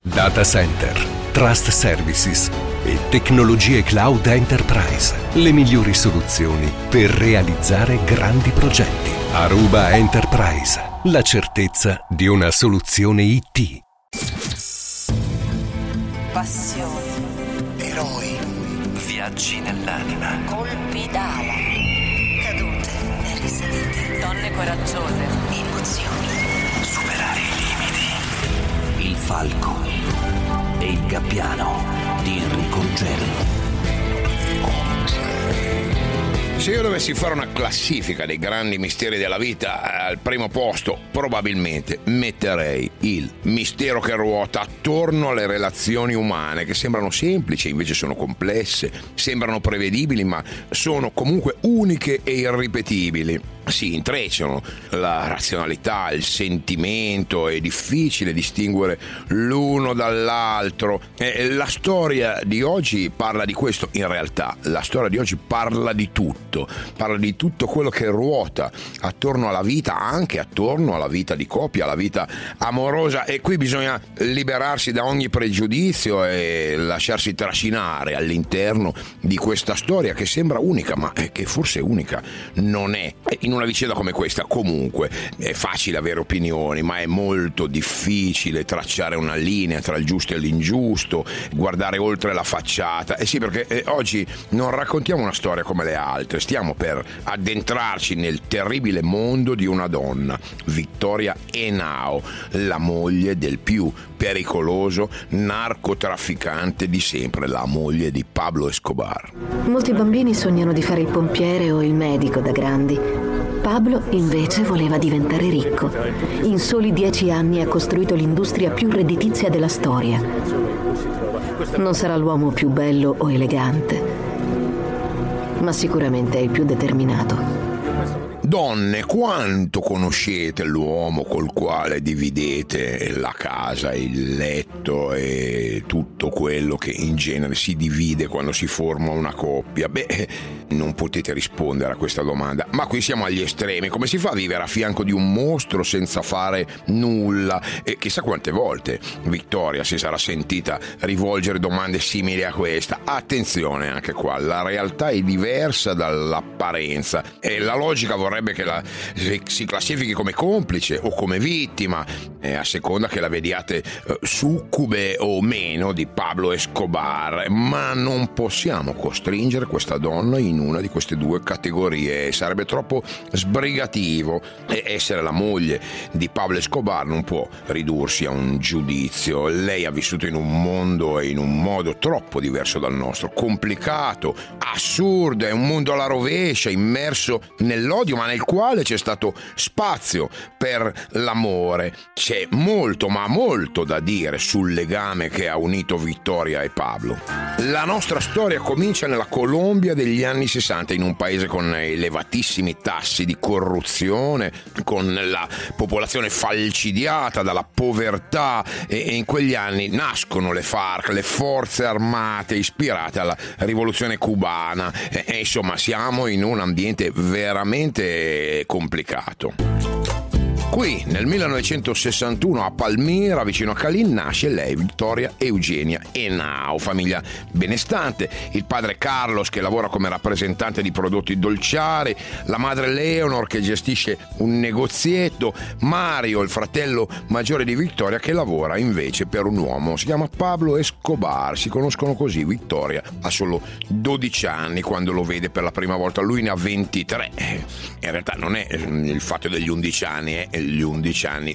Data center, trust services e tecnologie cloud enterprise. Le migliori soluzioni per realizzare grandi progetti. Aruba Enterprise. La certezza di una soluzione IT. Passioni, eroi, viaggi nell'anima, colpi d'ala, cadute e risalite, donne coraggiose, emozioni, superare i limiti. Il falco e il gabbiano di Enrico Ruggeri. Se io dovessi fare una classifica dei grandi misteri della vita, al primo posto probabilmente metterei il mistero che ruota attorno alle relazioni umane, che sembrano semplici, invece sono complesse, sembrano prevedibili, ma sono comunque uniche e irripetibili. Si intrecciano la razionalità, il sentimento, è difficile distinguere l'uno dall'altro. La storia di oggi parla di questo. In realtà la storia di oggi parla di tutto quello che ruota attorno alla vita, anche attorno alla vita di coppia, alla vita amorosa, e qui bisogna liberarsi da ogni pregiudizio e lasciarsi trascinare all'interno di questa storia che sembra unica, ma che forse unica non è. In una vicenda come questa comunque è facile avere opinioni, ma è molto difficile tracciare una linea tra il giusto e l'ingiusto, guardare oltre la facciata. Sì, perché oggi non raccontiamo una storia come le altre, stiamo per addentrarci nel terribile mondo di una donna, Victoria Henao, la moglie del più pericoloso narcotrafficante di sempre, la moglie di Pablo Escobar. Molti bambini sognano di fare il pompiere o il medico da grandi. Pablo invece voleva diventare ricco. In soli 10 anni ha costruito l'industria più redditizia della storia. Non sarà l'uomo più bello o elegante, ma sicuramente è il più determinato. Donne, quanto conoscete l'uomo col quale dividete la casa, il letto e tutto quello che in genere si divide quando si forma una coppia? Non potete rispondere a questa domanda, ma qui siamo agli estremi. Come si fa a vivere a fianco di un mostro senza fare nulla? E chissà quante volte Victoria si sarà sentita rivolgere domande simili a questa. Attenzione anche qua, la realtà è diversa dall'apparenza e la logica vorrebbe che si classifichi come complice o come vittima, a seconda che la vediate succube o meno di Pablo Escobar, ma non possiamo costringere questa donna in una di queste due categorie. Sarebbe troppo sbrigativo. Essere la moglie di Pablo Escobar non può ridursi a un giudizio. Lei ha vissuto in un mondo e in un modo troppo diverso dal nostro, complicato, assurdo, è un mondo alla rovescia, immerso nell'odio, ma nel quale c'è stato spazio per l'amore. C'è molto, ma molto da dire sul legame che ha unito Victoria e Pablo. La nostra storia comincia nella Colombia degli anni 60, in un paese con elevatissimi tassi di corruzione, con la popolazione falcidiata dalla povertà, e in quegli anni nascono le FARC, le forze armate ispirate alla rivoluzione cubana, e insomma siamo in un ambiente veramente complicato. Qui nel 1961 a Palmira, vicino a Calin, nasce lei, Victoria Eugenia Henao, famiglia benestante. Il padre Carlos, che lavora come rappresentante di prodotti dolciari, la madre Leonor, che gestisce un negozietto, Mario, il fratello maggiore di Victoria, che lavora invece per un uomo, si chiama Pablo Escobar. Si conoscono così. Victoria ha solo 12 anni quando lo vede per la prima volta, lui ne ha 23. In realtà non è il fatto degli 11 anni, è gli 11 anni,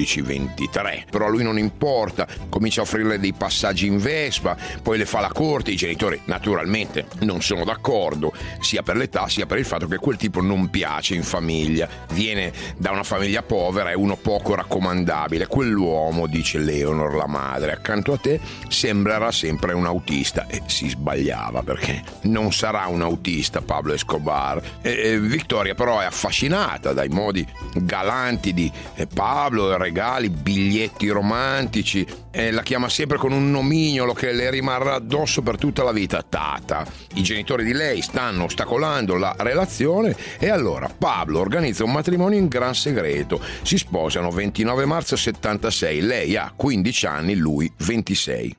12-23. Però a lui non importa, comincia a offrirle dei passaggi in Vespa, poi le fa la corte. I genitori naturalmente non sono d'accordo, sia per l'età sia per il fatto che quel tipo non piace in famiglia, viene da una famiglia povera, è uno poco raccomandabile. Quell'uomo, dice Leonor, la madre, accanto a te sembrerà sempre un autista. E si sbagliava, perché non sarà un autista Pablo Escobar. Victoria però è affascinata dai modi galanti di Pablo, regali, biglietti romantici. La chiama sempre con un nomignolo che le rimarrà addosso per tutta la vita: Tata. I genitori di lei stanno ostacolando la relazione e allora Pablo organizza un matrimonio in gran segreto. Si sposano 29 marzo 76, lei ha 15 anni, lui 26.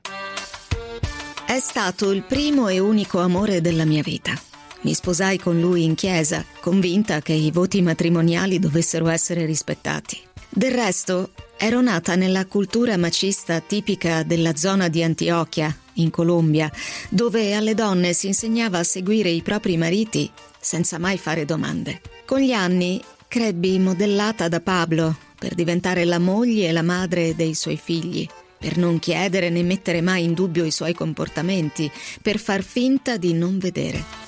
È stato il primo e unico amore della mia vita. Mi sposai con lui in chiesa, convinta che i voti matrimoniali dovessero essere rispettati. Del resto, ero nata nella cultura macista tipica della zona di Antiochia, in Colombia, dove alle donne si insegnava a seguire i propri mariti senza mai fare domande. Con gli anni crebbi modellata da Pablo per diventare la moglie e la madre dei suoi figli, per non chiedere né mettere mai in dubbio i suoi comportamenti, per far finta di non vedere.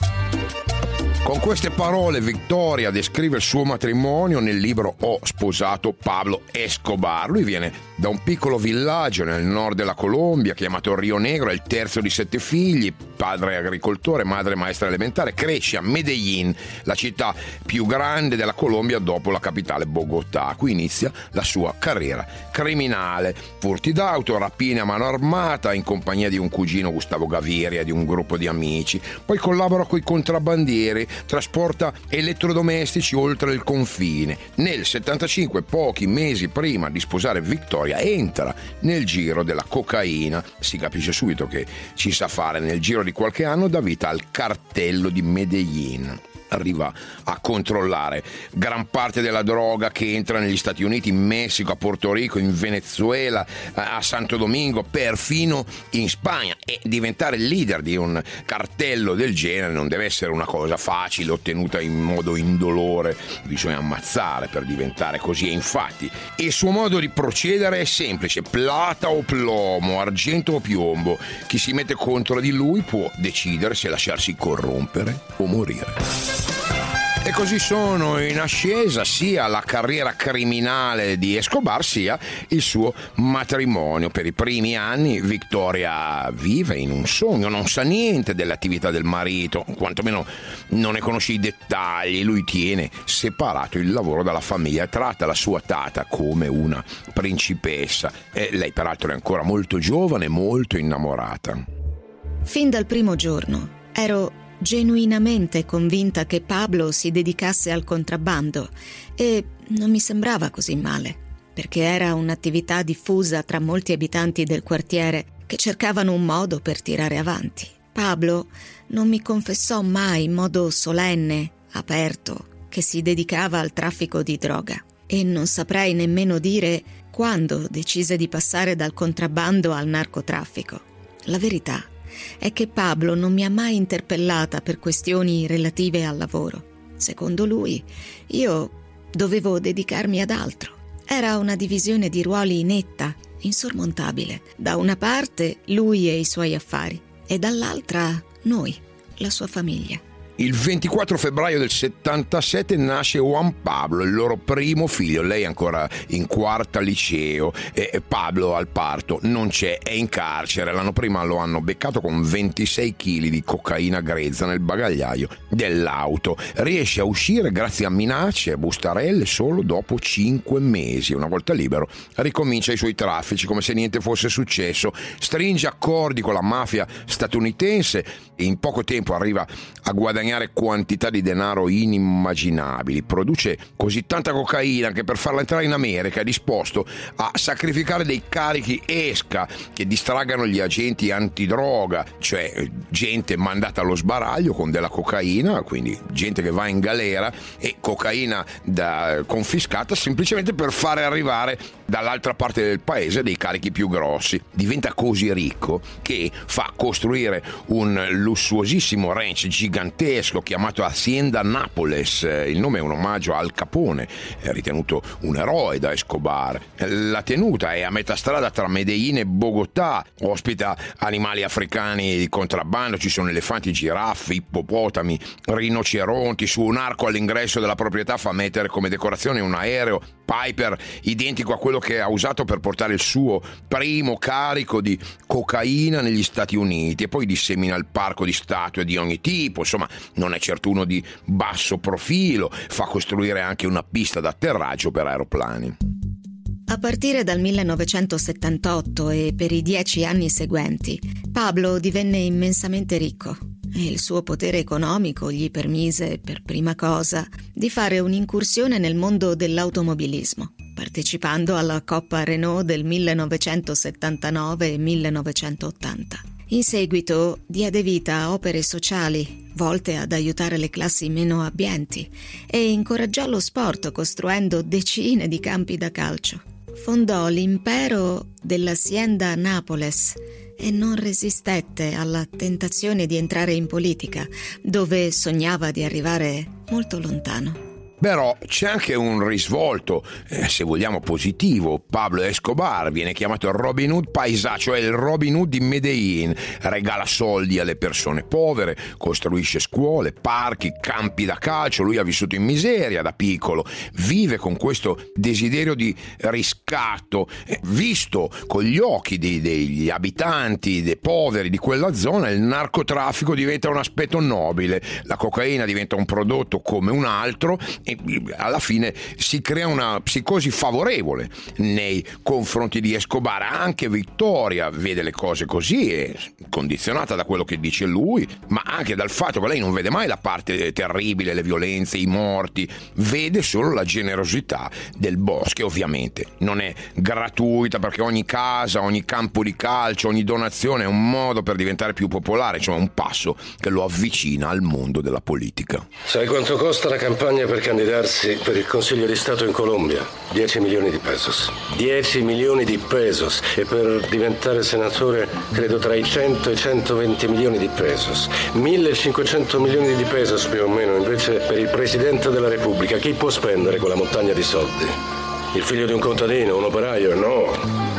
Con queste parole Victoria descrive il suo matrimonio nel libro Ho sposato Pablo Escobar. Lui viene da un piccolo villaggio nel nord della Colombia chiamato Rio Negro, è il terzo di 7 figli, padre agricoltore, madre maestra elementare. Cresce a Medellín, la città più grande della Colombia dopo la capitale Bogotà. Qui inizia la sua carriera criminale: furti d'auto, rapine a mano armata in compagnia di un cugino, Gustavo Gaviria, e di un gruppo di amici. Poi collabora coi contrabbandieri, trasporta elettrodomestici oltre il confine. Nel 75, pochi mesi prima di sposare Victoria, entra nel giro della cocaina. Si capisce subito che ci sa fare. Nel giro di qualche anno dà vita al cartello di Medellín. Arriva a controllare gran parte della droga che entra negli Stati Uniti, in Messico, a Porto Rico, in Venezuela, a Santo Domingo, perfino in Spagna. E diventare leader di un cartello del genere non deve essere una cosa facile, ottenuta in modo indolore. Bisogna ammazzare per diventare così. E infatti il suo modo di procedere è semplice: plata o plomo, argento o piombo. Chi si mette contro di lui può decidere se lasciarsi corrompere o morire. E così sono in ascesa sia la carriera criminale di Escobar sia il suo matrimonio. Per i primi anni Victoria vive in un sogno, non sa niente delle attività del marito, quantomeno non ne conosce i dettagli. Lui tiene separato il lavoro dalla famiglia e tratta la sua tata come una principessa. E lei peraltro è ancora molto giovane, molto innamorata. Fin dal primo giorno ero genuinamente convinta che Pablo si dedicasse al contrabbando e non mi sembrava così male, perché era un'attività diffusa tra molti abitanti del quartiere che cercavano un modo per tirare avanti. Pablo non mi confessò mai in modo solenne, aperto, che si dedicava al traffico di droga, e non saprei nemmeno dire quando decise di passare dal contrabbando al narcotraffico. La verità è che Pablo non mi ha mai interpellata per questioni relative al lavoro. Secondo lui, io dovevo dedicarmi ad altro. Era una divisione di ruoli netta, insormontabile. Da una parte lui e i suoi affari, e dall'altra noi, la sua famiglia. Il 24 febbraio del 77 nasce Juan Pablo, il loro primo figlio. Lei è ancora in quarta liceo e Pablo al parto non c'è, è in carcere. L'anno prima lo hanno beccato con 26 kg di cocaina grezza nel bagagliaio dell'auto. Riesce a uscire grazie a minacce e bustarelle solo dopo 5 mesi. Una volta libero ricomincia i suoi traffici come se niente fosse successo. Stringe accordi con la mafia statunitense e in poco tempo arriva a guadagnare quantità di denaro inimmaginabili. Produce così tanta cocaina che per farla entrare in America è disposto a sacrificare dei carichi esca che distraggano gli agenti antidroga, cioè gente mandata allo sbaraglio con della cocaina, quindi gente che va in galera, e cocaina confiscata semplicemente per fare arrivare dall'altra parte del paese dei carichi più grossi. Diventa così ricco che fa costruire un lussuosissimo ranch gigantesco chiamato Hacienda Nápoles. Il nome è un omaggio a Al Capone, è ritenuto un eroe da Escobar. La tenuta è a metà strada tra Medellín e Bogotà, ospita animali africani di contrabbando, ci sono elefanti, giraffe, ippopotami, rinoceronti. Su un arco all'ingresso della proprietà fa mettere come decorazione un aereo Piper identico a quello quello che ha usato per portare il suo primo carico di cocaina negli Stati Uniti e poi dissemina il parco di statue di ogni tipo. Insomma, non è certo uno di basso profilo, fa costruire anche una pista d'atterraggio per aeroplani. A partire dal 1978 e per i 10 anni seguenti, Pablo divenne immensamente ricco e il suo potere economico gli permise, per prima cosa, di fare un'incursione nel mondo dell'automobilismo, partecipando alla Coppa Renault del 1979 e 1980. In seguito diede vita a opere sociali volte ad aiutare le classi meno abbienti e incoraggiò lo sport costruendo decine di campi da calcio. Fondò l'impero dell'Hacienda Nápoles e non resistette alla tentazione di entrare in politica, dove sognava di arrivare molto lontano. Però c'è anche un risvolto, se vogliamo positivo. Pablo Escobar viene chiamato Robin Hood paisa, cioè il Robin Hood di Medellín. Regala soldi alle persone povere, costruisce scuole, parchi, campi da calcio. Lui ha vissuto in miseria da piccolo, vive con questo desiderio di riscatto, visto con gli occhi degli abitanti, dei poveri di quella zona. Il narcotraffico diventa un aspetto nobile, la cocaina diventa un prodotto come un altro, e alla fine si crea una psicosi favorevole nei confronti di Escobar. Anche Victoria vede le cose così, è condizionata da quello che dice lui, ma anche dal fatto che lei non vede mai la parte terribile, le violenze, i morti, vede solo la generosità del boss, che ovviamente non è gratuita, perché ogni casa, ogni campo di calcio, ogni donazione è un modo per diventare più popolare, cioè un passo che lo avvicina al mondo della politica. Sai quanto costa la campagna per candidarsi per il Consiglio di Stato in Colombia? 10 milioni di pesos. 10 milioni di pesos. E per diventare senatore credo tra i 100 e i 120 milioni di pesos. 1500 milioni di pesos più o meno. Invece per il Presidente della Repubblica chi può spendere quella montagna di soldi? Il figlio di un contadino, un operaio? No.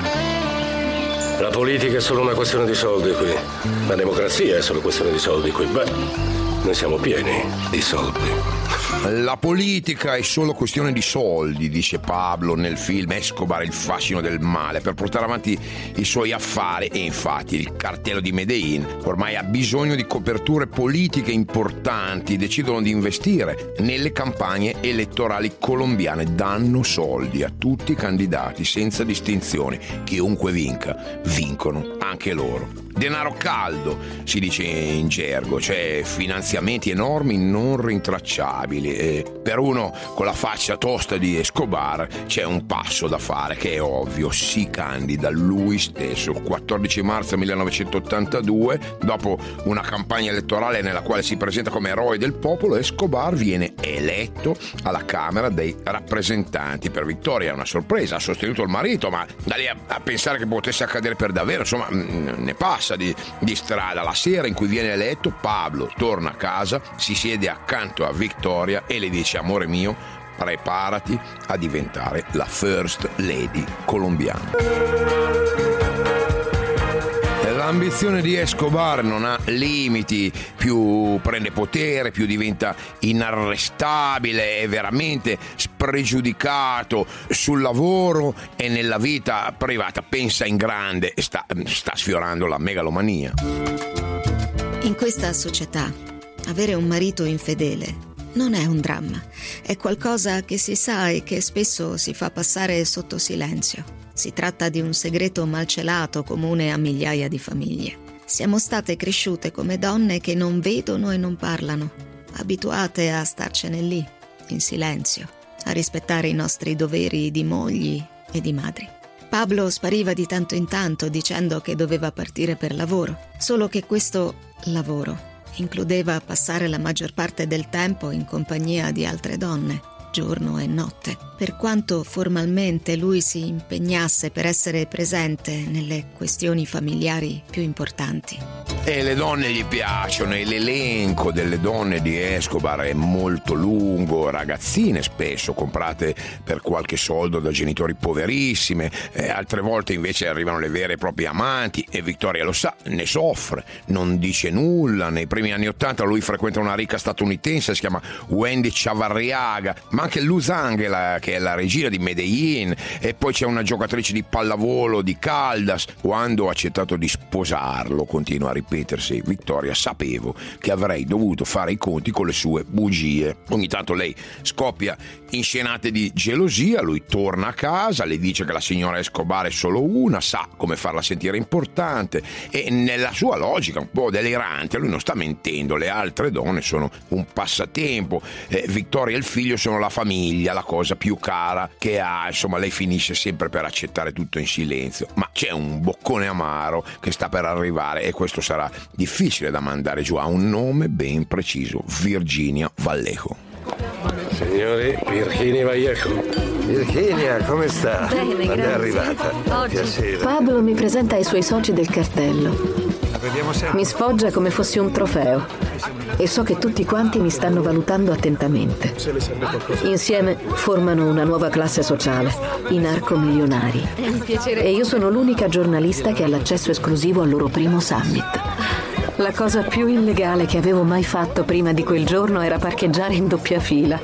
La politica è solo una questione di soldi qui. La democrazia è solo questione di soldi qui. Beh, noi siamo pieni di soldi. La politica è solo questione di soldi, dice Pablo nel film Escobar, il fascino del male, per portare avanti i suoi affari. E infatti il cartello di Medellín ormai ha bisogno di coperture politiche importanti, decidono di investire nelle campagne elettorali colombiane, danno soldi a tutti i candidati senza distinzioni, chiunque vinca, vincono anche loro. Denaro caldo, si dice in gergo, cioè finanziamenti enormi non rintracciabili. E per uno con la faccia tosta di Escobar c'è un passo da fare, che è ovvio: si candida lui stesso. 14 marzo 1982, dopo una campagna elettorale nella quale si presenta come eroe del popolo, Escobar viene eletto alla Camera dei Rappresentanti. Per Victoria è una sorpresa, ha sostenuto il marito, ma da lì a pensare che potesse accadere per davvero, insomma, ne passa di strada. La sera in cui viene eletto, Pablo torna a casa, si siede accanto a Victoria e le dice: amore mio, preparati a diventare la First Lady colombiana. L'ambizione di Escobar non ha limiti, più prende potere, più diventa inarrestabile, è veramente spregiudicato sul lavoro e nella vita privata, pensa in grande e sta sfiorando la megalomania. In questa società, avere un marito infedele non è un dramma, è qualcosa che si sa e che spesso si fa passare sotto silenzio. Si tratta di un segreto malcelato comune a migliaia di famiglie. Siamo state cresciute come donne che non vedono e non parlano, abituate a starcene lì, in silenzio, a rispettare i nostri doveri di mogli e di madri. Pablo spariva di tanto in tanto dicendo che doveva partire per lavoro, solo che questo lavoro includeva passare la maggior parte del tempo in compagnia di altre donne, giorno e notte. Per quanto formalmente lui si impegnasse per essere presente nelle questioni familiari più importanti. E le donne gli piacciono, e l'elenco delle donne di Escobar è molto lungo, ragazzine spesso comprate per qualche soldo da genitori poverissime, altre volte invece arrivano le vere e proprie amanti, e Victoria lo sa, ne soffre, non dice nulla. Nei primi anni '80 lui frequenta una ricca statunitense, si chiama Wendy Chavarriaga, ma anche Luz Angela, che è la regina di Medellin, e poi c'è una giocatrice di pallavolo di Caldas. Quando ho accettato di sposarlo, continua a ripetersi Victoria, sapevo che avrei dovuto fare i conti con le sue bugie. Ogni tanto lei scoppia in scenate di gelosia, lui torna a casa, le dice che la signora Escobar è solo una, sa come farla sentire importante, e nella sua logica un po' delirante lui non sta mentendo, le altre donne sono un passatempo, Victoria e il figlio sono la famiglia, la cosa più cara che ha. Insomma, lei finisce sempre per accettare tutto in silenzio, ma c'è un boccone amaro che sta per arrivare, e questo sarà difficile da mandare giù. Ha un nome ben preciso: Virginia Vallejo. Signori, Virginia Vallejo. Virginia, come sta? Bene, Quando è grazie. arrivata? Piacere. Pablo mi presenta ai suoi soci del cartello. Mi sfoggia come fossi un trofeo, e so che tutti quanti mi stanno valutando attentamente. Insieme formano una nuova classe sociale, i narcomilionari. E io sono l'unica giornalista che ha l'accesso esclusivo al loro primo summit. La cosa più illegale che avevo mai fatto prima di quel giorno era parcheggiare in doppia fila.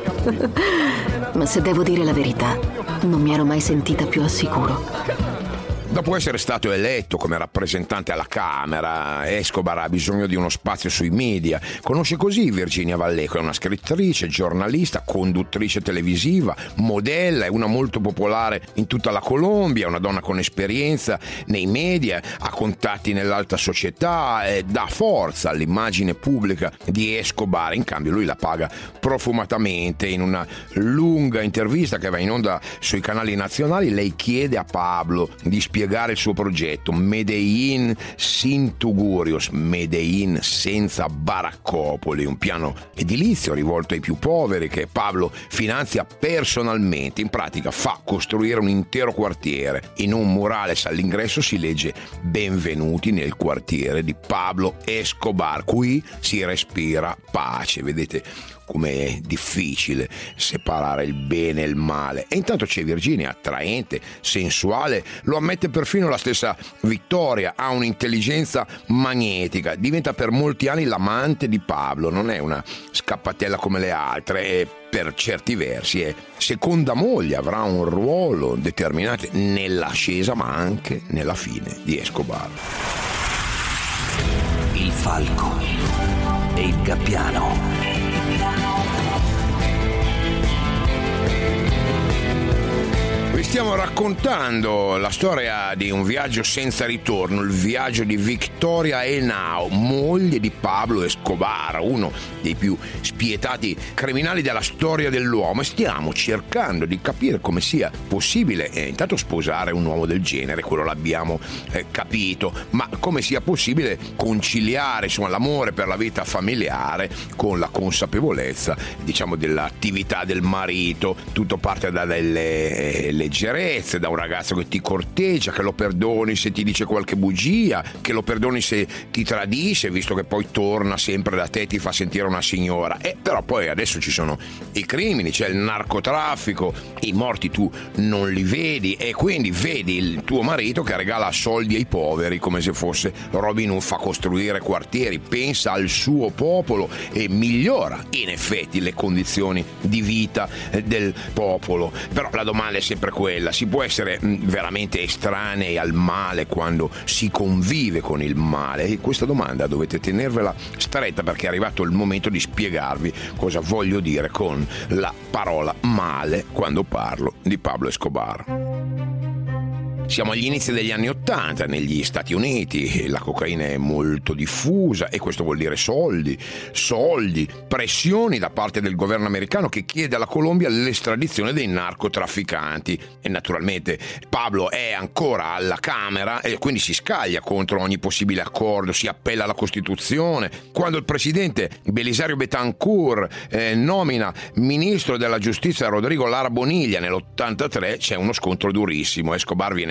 Ma se devo dire la verità, non mi ero mai sentita più al sicuro. Dopo essere stato eletto come rappresentante alla Camera, Escobar ha bisogno di uno spazio sui media. Conosce così Virginia Vallejo, è una scrittrice, giornalista, conduttrice televisiva, modella, è una molto popolare in tutta la Colombia, una donna con esperienza nei media, ha contatti nell'alta società, dà forza all'immagine pubblica di Escobar. In cambio lui la paga profumatamente. In una lunga intervista che va in onda sui canali nazionali, lei chiede a Pablo di spiegare il suo progetto Medellin sin Tugurios, Medellin senza baraccopoli, un piano edilizio rivolto ai più poveri che Pablo finanzia personalmente. In pratica fa costruire un intero quartiere. In un murales all'ingresso si legge: benvenuti nel quartiere di Pablo Escobar, qui si respira pace. Vedete come è difficile separare il bene e il male. E intanto c'è Virginia, attraente, sensuale, lo ammette perfino la stessa Victoria, ha un'intelligenza magnetica, diventa per molti anni l'amante di Pablo, non è una scappatella come le altre, e per certi versi è seconda moglie, avrà un ruolo determinante nell'ascesa ma anche nella fine di Escobar. Il falco e il gabbiano. Vi stiamo raccontando la storia di un viaggio senza ritorno, il viaggio di Victoria Henao, moglie di Pablo Escobar, uno dei più spietati criminali della storia dell'uomo, e stiamo cercando di capire come sia possibile intanto sposare un uomo del genere, quello l'abbiamo capito, ma come sia possibile conciliare l'amore per la vita familiare con la consapevolezza dell'attività del marito. Tutto parte da delle leggerezze, da un ragazzo che ti corteggia, che lo perdoni se ti dice qualche bugia, che lo perdoni se ti tradisce, visto che poi torna sempre da te e ti fa sentire una signora. Però poi adesso ci sono i crimini, c'è il narcotraffico, i morti tu non li vedi, e quindi vedi il tuo marito che regala soldi ai poveri come se fosse Robin Hood, fa costruire quartieri, pensa al suo popolo e migliora in effetti le condizioni di vita del popolo. Però la domanda è sempre quella: si può essere veramente estranei al male quando si convive con il male? E questa domanda dovete tenervela stretta, perché è arrivato il momento di spiegarvi cosa voglio dire con la parola male quando parlo di Pablo Escobar. Siamo agli inizi degli anni '80 negli Stati Uniti, la cocaina è molto diffusa e questo vuol dire soldi, pressioni da parte del governo americano che chiede alla Colombia l'estradizione dei narcotrafficanti, e naturalmente Pablo è ancora alla Camera e quindi si scaglia contro ogni possibile accordo, si appella alla Costituzione. Quando il presidente Belisario Betancourt nomina ministro della giustizia Rodrigo Lara Bonilla nell'83 c'è uno scontro durissimo. Escobar viene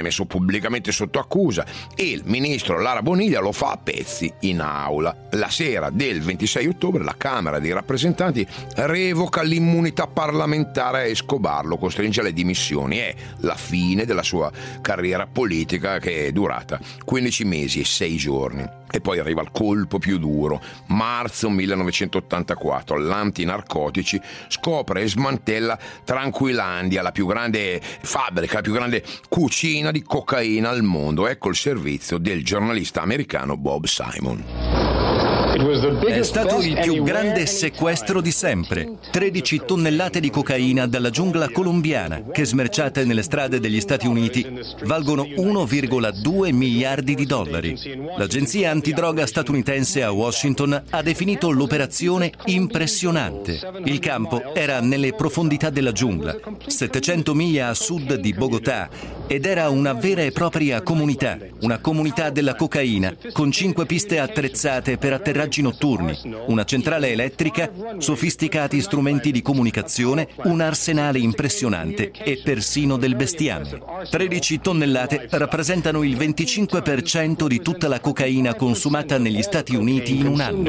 messo pubblicamente sotto accusa e il ministro Lara Boniglia lo fa a pezzi in aula. La sera del 26 ottobre la Camera dei rappresentanti revoca l'immunità parlamentare a Escobar, lo costringe alle dimissioni. È la fine della sua carriera politica, che è durata 15 mesi e 6 giorni. E poi arriva il colpo più duro. Marzo 1984, l'antinarcotici scopre e smantella Tranquillandia, la più grande fabbrica, la più grande cucina di cocaina al mondo. Ecco il servizio del giornalista americano Bob Simon. È stato il più grande sequestro di sempre. 13 tonnellate di cocaina dalla giungla colombiana che, smerciate nelle strade degli Stati Uniti, valgono 1,2 miliardi di dollari. L'agenzia antidroga statunitense a Washington ha definito l'operazione impressionante. Il campo era nelle profondità della giungla, 700 miglia a sud di Bogotà, ed era una vera e propria comunità, una comunità della cocaina, con 5 piste attrezzate per atterraggi notturni, una centrale elettrica, sofisticati strumenti di comunicazione, un arsenale impressionante e persino del bestiame. 13 tonnellate rappresentano il 25% di tutta la cocaina consumata negli Stati Uniti in un anno.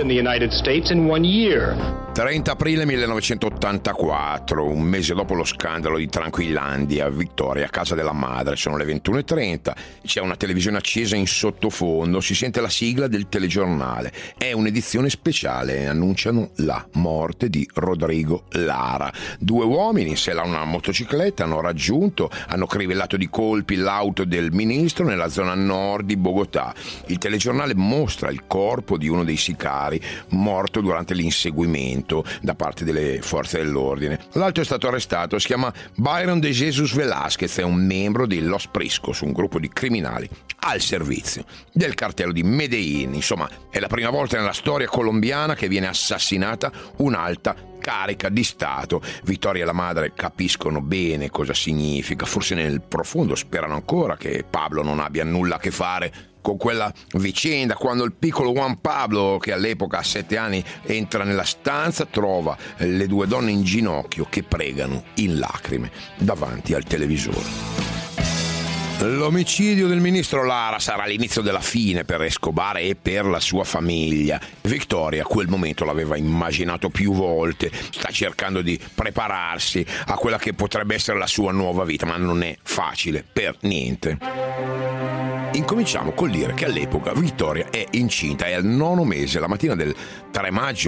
30 aprile 1984, un mese dopo lo scandalo di Tranquillandia, Victoria, a casa della madre, sono le 21:30, c'è una televisione accesa in sottofondo, si sente la sigla del telegiornale. È un'edizione speciale, annunciano la morte di Rodrigo Lara. 2 uomini in sella a una motocicletta hanno crivellato di colpi l'auto del ministro nella zona nord di Bogotà. Il telegiornale mostra il corpo di uno dei sicari morto durante l'inseguimento da parte delle forze dell'ordine. L'altro è stato arrestato, si chiama Byron de Jesus Velázquez, è un membro di Los Priscos, un gruppo di criminali al servizio del cartello di Medellín. Insomma, è la prima volta nella storia colombiana che viene assassinata un'alta carica di Stato. Vittoria e la madre capiscono bene cosa significa, forse nel profondo sperano ancora che Pablo non abbia nulla a che fare con quella vicenda. Quando il piccolo Juan Pablo, che all'epoca ha 7 anni, entra nella stanza, trova le 2 donne in ginocchio che pregano in lacrime davanti al televisore. L'omicidio del ministro Lara sarà l'inizio della fine per Escobar e per la sua famiglia. Victoria a quel momento l'aveva immaginato più volte, sta cercando di prepararsi a quella che potrebbe essere la sua nuova vita, ma non è facile per niente. Incominciamo col dire che all'epoca Vittoria è incinta, è al 9° mese. La mattina del 3 maggio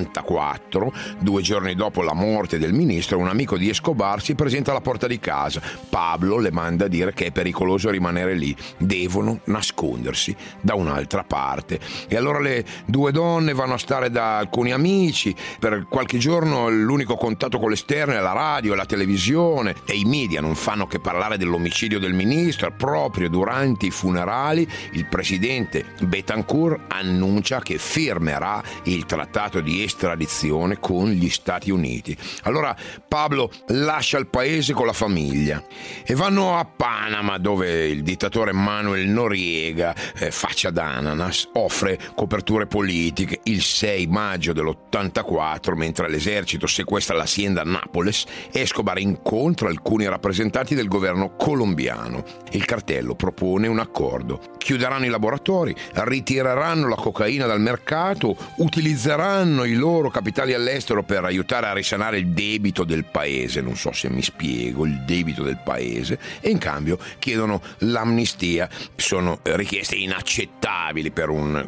84, 2 giorni dopo la morte del ministro, un amico di Escobar si presenta alla porta di casa. Pablo le manda a dire che è pericoloso rimanere lì, devono nascondersi da un'altra parte. E allora le 2 donne vanno a stare da alcuni amici. Per qualche giorno l'unico contatto con l'esterno è la radio, la televisione, e i media non fanno che parlare dell'omicidio del ministro. Proprio durante i funerali il presidente Betancourt annuncia che firmerà il trattato di estradizione con gli Stati Uniti. Allora Pablo lascia il paese con la famiglia e vanno a Panama, dove il dittatore Manuel Noriega, faccia d'ananas, offre coperture politiche. Il 6 maggio dell'84, mentre l'esercito sequestra l'hacienda Nápoles, Escobar incontra alcuni rappresentanti del governo colombiano. Il cartello propone un accordo: chiuderanno i laboratori, ritireranno la cocaina dal mercato, utilizzeranno i loro capitali all'estero per aiutare a risanare il debito del paese. Non so se mi spiego, il debito del paese. E in cambio chiedono l'amnistia. Sono richieste inaccettabili per un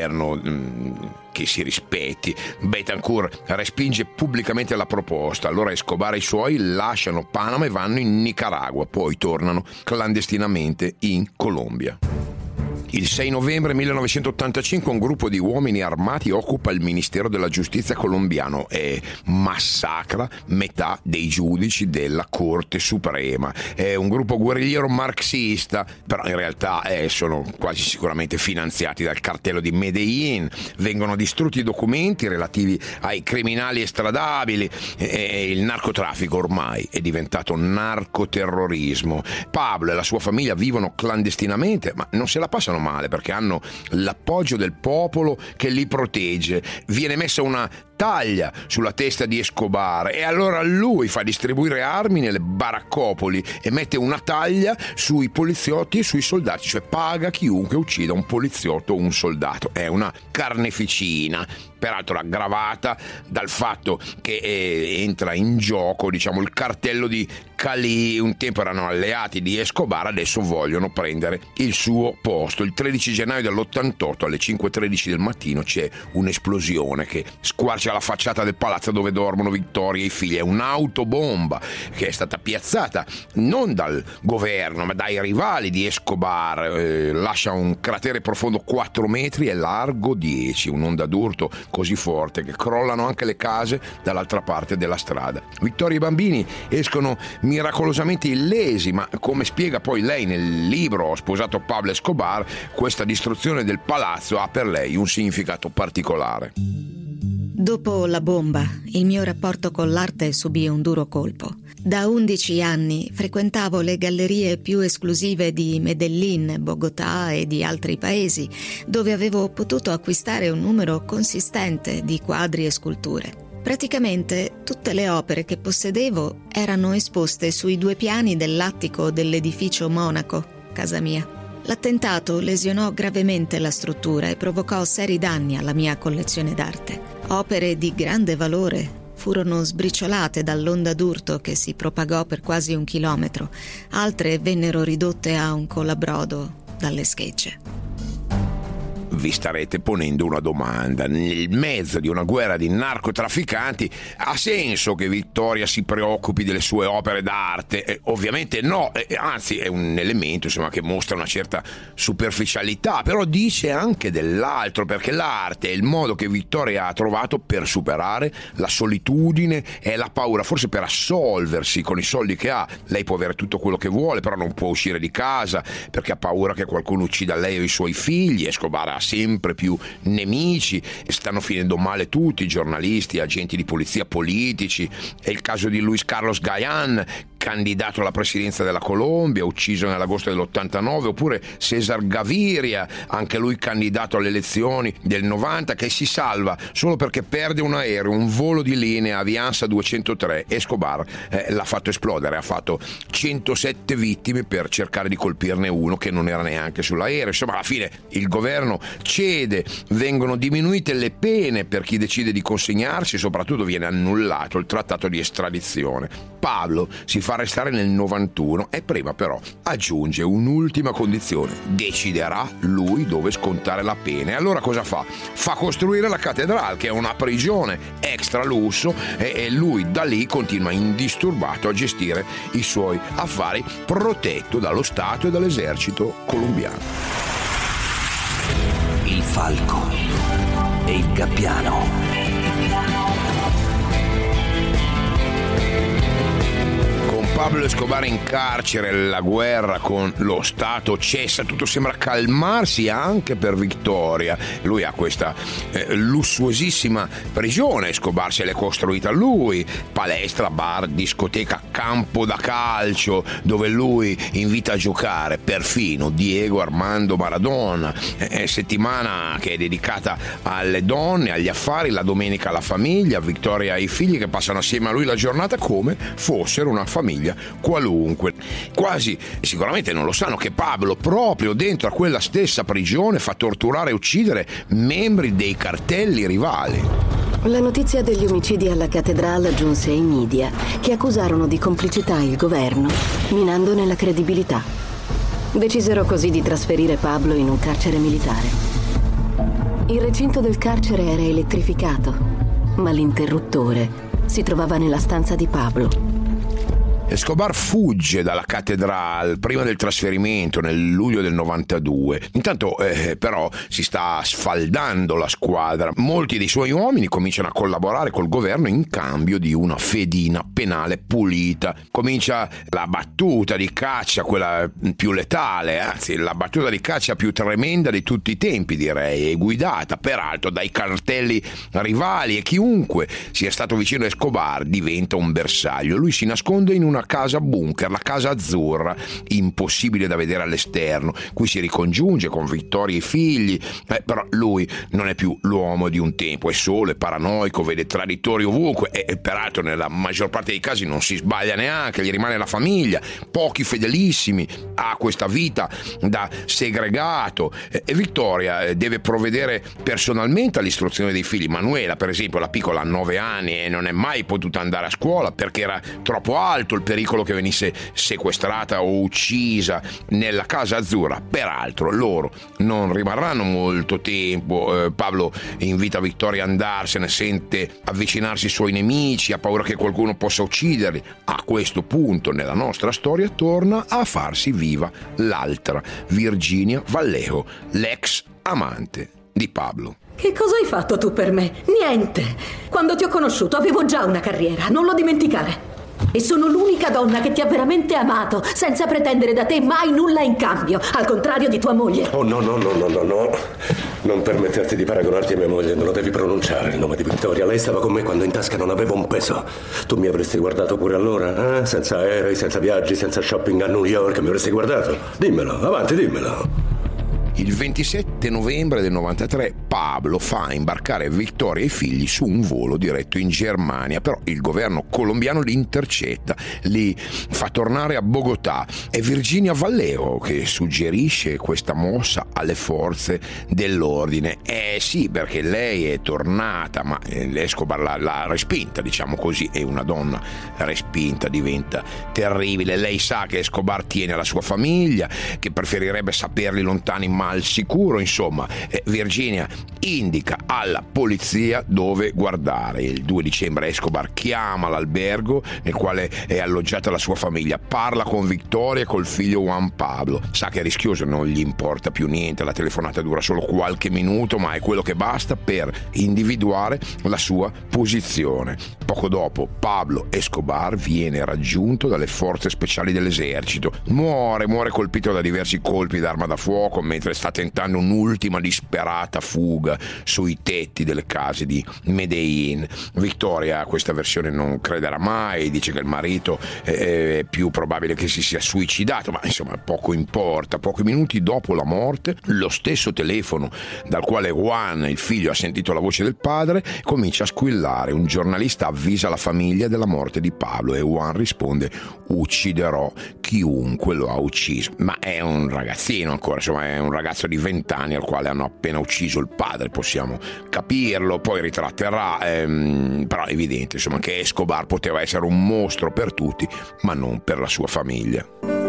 governo che si rispetti. Betancourt respinge pubblicamente la proposta. Allora Escobar e i suoi lasciano Panama e vanno in Nicaragua, poi tornano clandestinamente in Colombia. Il 6 novembre 1985 un gruppo di uomini armati occupa il Ministero della Giustizia colombiano e massacra metà dei giudici della Corte Suprema. È un gruppo guerrigliero marxista, però in realtà sono quasi sicuramente finanziati dal cartello di Medellín. Vengono distrutti i documenti relativi ai criminali estradabili e il narcotraffico ormai è diventato narcoterrorismo. Pablo e la sua famiglia vivono clandestinamente, ma non se la passano male perché hanno l'appoggio del popolo che li protegge. Viene messa una taglia sulla testa di Escobar e allora lui fa distribuire armi nelle baraccopoli e mette una taglia sui poliziotti e sui soldati, cioè paga chiunque uccida un poliziotto o un soldato. È una carneficina, peraltro aggravata dal fatto che entra in gioco, diciamo, il cartello di Cali. Un tempo erano alleati di Escobar, adesso vogliono prendere il suo posto. Il 13 gennaio dell'88 alle 5:13 del mattino c'è un'esplosione che squarcia la facciata del palazzo dove dormono Vittoria e i figli. È un'autobomba che è stata piazzata non dal governo ma dai rivali di Escobar, lascia un cratere profondo 4 metri e largo 10, un'onda d'urto così forte che crollano anche le case dall'altra parte della strada. Vittoria e i bambini escono miracolosamente illesi, ma come spiega poi lei nel libro Ho sposato Pablo Escobar, questa distruzione del palazzo ha per lei un significato particolare. Dopo la bomba, il mio rapporto con l'arte subì un duro colpo. Da 11 anni frequentavo le gallerie più esclusive di Medellin, Bogotà e di altri paesi, dove avevo potuto acquistare un numero consistente di quadri e sculture. Praticamente tutte le opere che possedevo erano esposte sui 2 piani dell'attico dell'edificio Monaco, casa mia. L'attentato lesionò gravemente la struttura e provocò seri danni alla mia collezione d'arte. Opere di grande valore furono sbriciolate dall'onda d'urto che si propagò per quasi 1 chilometro. Altre vennero ridotte a un colabrodo dalle schegge. Vi starete ponendo una domanda. Nel mezzo di una guerra di narcotrafficanti ha senso che Vittoria si preoccupi delle sue opere d'arte? Ovviamente no, anzi è un elemento, insomma, che mostra una certa superficialità, però dice anche dell'altro, perché l'arte è il modo che Vittoria ha trovato per superare la solitudine e la paura, forse per assolversi con i soldi che ha. Lei può avere tutto quello che vuole, però non può uscire di casa perché ha paura che qualcuno uccida lei o i suoi figli. Escobar ha sempre più nemici e stanno finendo male tutti, giornalisti, agenti di polizia, politici. È il caso di Luis Carlos Galán, candidato alla presidenza della Colombia, ucciso nell'agosto dell'89, oppure César Gaviria, anche lui candidato alle elezioni del 90, che si salva solo perché perde un aereo, un volo di linea Avianca 203. Escobar l'ha fatto esplodere, ha fatto 107 vittime per cercare di colpirne uno che non era neanche sull'aereo. Insomma, alla fine il governo cede, vengono diminuite le pene per chi decide di consegnarsi e soprattutto viene annullato il trattato di estradizione. Pablo si fa arrestare nel 91 e prima però aggiunge un'ultima condizione: deciderà lui dove scontare la pena. E allora cosa fa? Fa costruire la cattedrale, che è una prigione extra lusso, e lui da lì continua indisturbato a gestire i suoi affari, protetto dallo Stato e dall'esercito colombiano. Il falco e il gabbiano. Pablo Escobar in carcere, la guerra con lo Stato cessa, tutto sembra calmarsi anche per Vittoria. Lui ha questa lussuosissima prigione, Escobar se l'è costruita lui, palestra, bar, discoteca, campo da calcio dove lui invita a giocare perfino Diego Armando Maradona. Settimana che è dedicata alle donne, agli affari, la domenica alla famiglia, Vittoria e i figli che passano assieme a lui la giornata come fossero una famiglia qualunque. Quasi sicuramente non lo sanno che Pablo proprio dentro a quella stessa prigione fa torturare e uccidere membri dei cartelli rivali. La notizia degli omicidi alla cattedrale giunse ai media, che accusarono di complicità il governo, minandone la credibilità. Decisero così di trasferire Pablo in un carcere militare. Il recinto del carcere era elettrificato, ma l'interruttore si trovava nella stanza di Pablo. Escobar fugge dalla cattedrale prima del trasferimento nel luglio del 92. Intanto però si sta sfaldando la squadra. Molti dei suoi uomini cominciano a collaborare col governo in cambio di una fedina penale pulita. Comincia la battuta di caccia, quella più letale, anzi la battuta di caccia più tremenda di tutti i tempi, direi, e guidata peraltro dai cartelli rivali, e chiunque sia stato vicino a Escobar diventa un bersaglio. Lui si nasconde in una una casa bunker, la casa azzurra, impossibile da vedere all'esterno. Qui si ricongiunge con Vittoria e i figli, però lui non è più l'uomo di un tempo, è solo, è paranoico, vede traditori ovunque e peraltro nella maggior parte dei casi non si sbaglia neanche, gli rimane la famiglia, pochi fedelissimi, ha questa vita da segregato e Vittoria deve provvedere personalmente all'istruzione dei figli. Manuela, per esempio, la piccola ha 9 anni e non è mai potuta andare a scuola perché era troppo alto il pericolo che venisse sequestrata o uccisa nella casa azzurra. Peraltro loro non rimarranno molto tempo. Pablo invita Vittoria a andarsene, sente avvicinarsi i suoi nemici, ha paura che qualcuno possa ucciderli. A questo punto nella nostra storia torna a farsi viva l'altra, Virginia Vallejo, l'ex amante di Pablo. Che cosa hai fatto tu per me? Niente! Quando ti ho conosciuto avevo già una carriera, non lo dimenticare. E sono l'unica donna che ti ha veramente amato, senza pretendere da te mai nulla in cambio, al contrario di tua moglie. Oh no. Non permetterti di paragonarti a mia moglie, non lo devi pronunciare il nome di Vittoria. Lei stava con me quando in tasca non avevo un peso. Tu mi avresti guardato pure allora? Senza aerei, senza viaggi, senza shopping a New York, mi avresti guardato? Dimmelo, avanti, dimmelo. Il 27 novembre del 93 Pablo fa imbarcare Vittoria e i figli su un volo diretto in Germania, però il governo colombiano li intercetta, li fa tornare a Bogotà. È Virginia Vallejo che suggerisce questa mossa alle forze dell'ordine. Sì, perché lei è tornata, ma Escobar l'ha respinta, diciamo così, e una donna respinta diventa terribile. Lei sa che Escobar tiene alla sua famiglia, che preferirebbe saperli lontani ma al sicuro. Insomma, Virginia indica alla polizia dove guardare. Il 2 dicembre Escobar chiama l'albergo nel quale è alloggiata la sua famiglia, parla con Vittoria e col figlio Juan Pablo. Sa che è rischioso, non gli importa più niente, la telefonata dura solo qualche minuto, ma è quello che basta per individuare la sua posizione. Poco dopo Pablo Escobar viene raggiunto dalle forze speciali dell'esercito, muore colpito da diversi colpi d'arma da fuoco mentre sta tentando un'ultima disperata fuga sui tetti delle case di Medellin. Vittoria a questa versione non crederà mai, dice che il marito è più probabile che si sia suicidato, ma insomma poco importa. Pochi minuti dopo la morte, lo stesso telefono dal quale Juan, il figlio, ha sentito la voce del padre comincia a squillare. Un giornalista avvisa la famiglia della morte di Pablo e Juan risponde: ucciderò chiunque lo ha ucciso. Ma è un ragazzino ancora, insomma è un ragazzo di 20 anni al quale hanno appena ucciso il padre, possiamo capirlo, poi ritratterà, però è evidente insomma che Escobar poteva essere un mostro per tutti ma non per la sua famiglia.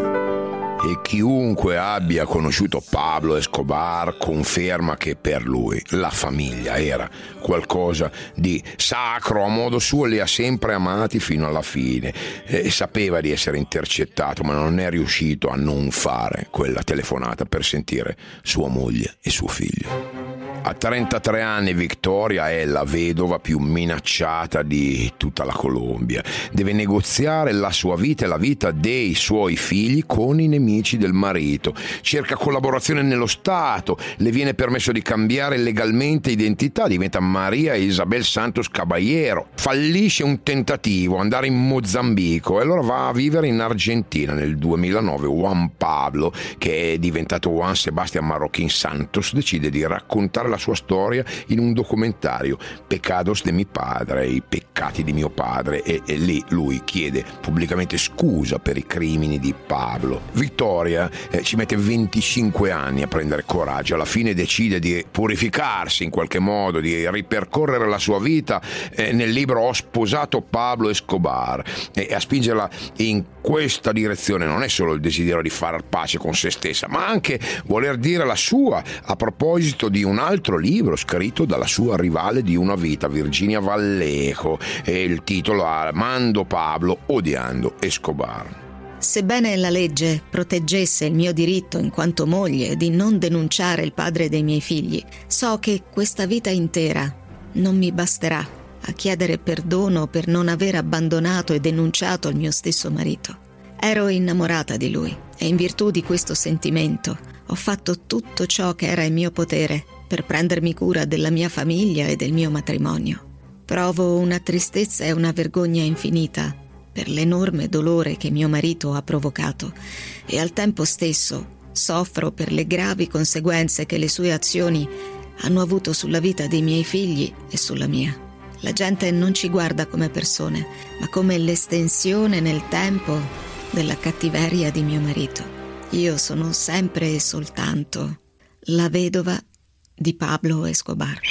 E chiunque abbia conosciuto Pablo Escobar conferma che per lui la famiglia era qualcosa di sacro. A modo suo li ha sempre amati fino alla fine e sapeva di essere intercettato, ma non è riuscito a non fare quella telefonata per sentire sua moglie e suo figlio. A 33 anni Victoria è la vedova più minacciata di tutta la Colombia. Deve negoziare la sua vita e la vita dei suoi figli con i nemici del marito. Cerca collaborazione nello Stato, le viene permesso di cambiare legalmente identità, diventa Maria Isabel Santos Caballero. Fallisce un tentativo, andare in Mozambico, e allora va a vivere in Argentina. Nel 2009 Juan Pablo, che è diventato Juan Sebastián Marroquín Santos, decide di raccontare la sua storia in un documentario, Pecados de mi padre, i peccati di mio padre, e lì lui chiede pubblicamente scusa per i crimini di Pablo. Vittoria ci mette 25 anni a prendere coraggio, alla fine decide di purificarsi in qualche modo, di ripercorrere la sua vita nel libro Ho sposato Pablo Escobar, e a spingerla in questa direzione non è solo il desiderio di far pace con se stessa, ma anche voler dire la sua a proposito di un altro libro scritto dalla sua rivale di una vita, Virginia Vallejo, e il titolo Amando Pablo, odiando Escobar. Sebbene la legge proteggesse il mio diritto in quanto moglie di non denunciare il padre dei miei figli, so che questa vita intera non mi basterà a chiedere perdono per non aver abbandonato e denunciato il mio stesso marito. Ero innamorata di lui e in virtù di questo sentimento ho fatto tutto ciò che era in mio potere per prendermi cura della mia famiglia e del mio matrimonio. Provo una tristezza e una vergogna infinita per l'enorme dolore che mio marito ha provocato e al tempo stesso soffro per le gravi conseguenze che le sue azioni hanno avuto sulla vita dei miei figli e sulla mia. La gente non ci guarda come persone, ma come l'estensione nel tempo della cattiveria di mio marito. Io sono sempre e soltanto la vedova di Pablo Escobar.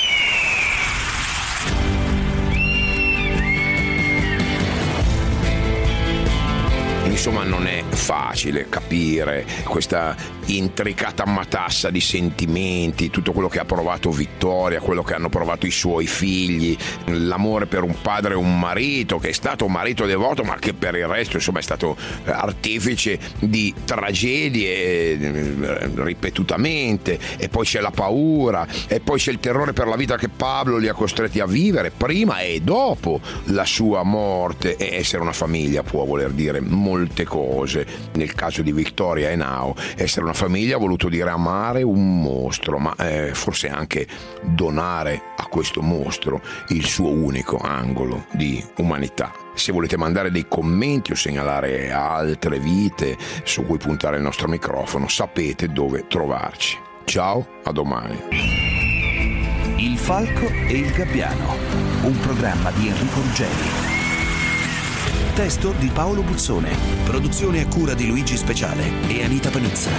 Insomma, non è facile capire questa intricata matassa di sentimenti, tutto quello che ha provato Vittoria, quello che hanno provato i suoi figli, l'amore per un padre e un marito che è stato un marito devoto, ma che per il resto insomma è stato artefice di tragedie ripetutamente, e poi c'è la paura, e poi c'è il terrore per la vita che Pablo li ha costretti a vivere prima e dopo la sua morte. E essere una famiglia può voler dire molte cose. Nel caso di Victoria e Nao, essere una famiglia ha voluto dire amare un mostro, ma forse anche donare a questo mostro il suo unico angolo di umanità. Se volete mandare dei commenti o segnalare altre vite su cui puntare il nostro microfono, sapete dove trovarci. Ciao, a domani. Il Falco e il Gabbiano, un programma di Enrico Ruggeri. Testo di Paolo Buzzone. Produzione a cura di Luigi Speciale e Anita Panizza.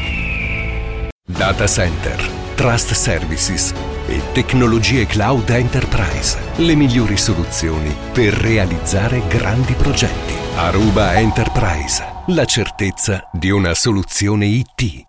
Data Center, Trust Services e tecnologie cloud enterprise. Le migliori soluzioni per realizzare grandi progetti. Aruba Enterprise, la certezza di una soluzione IT.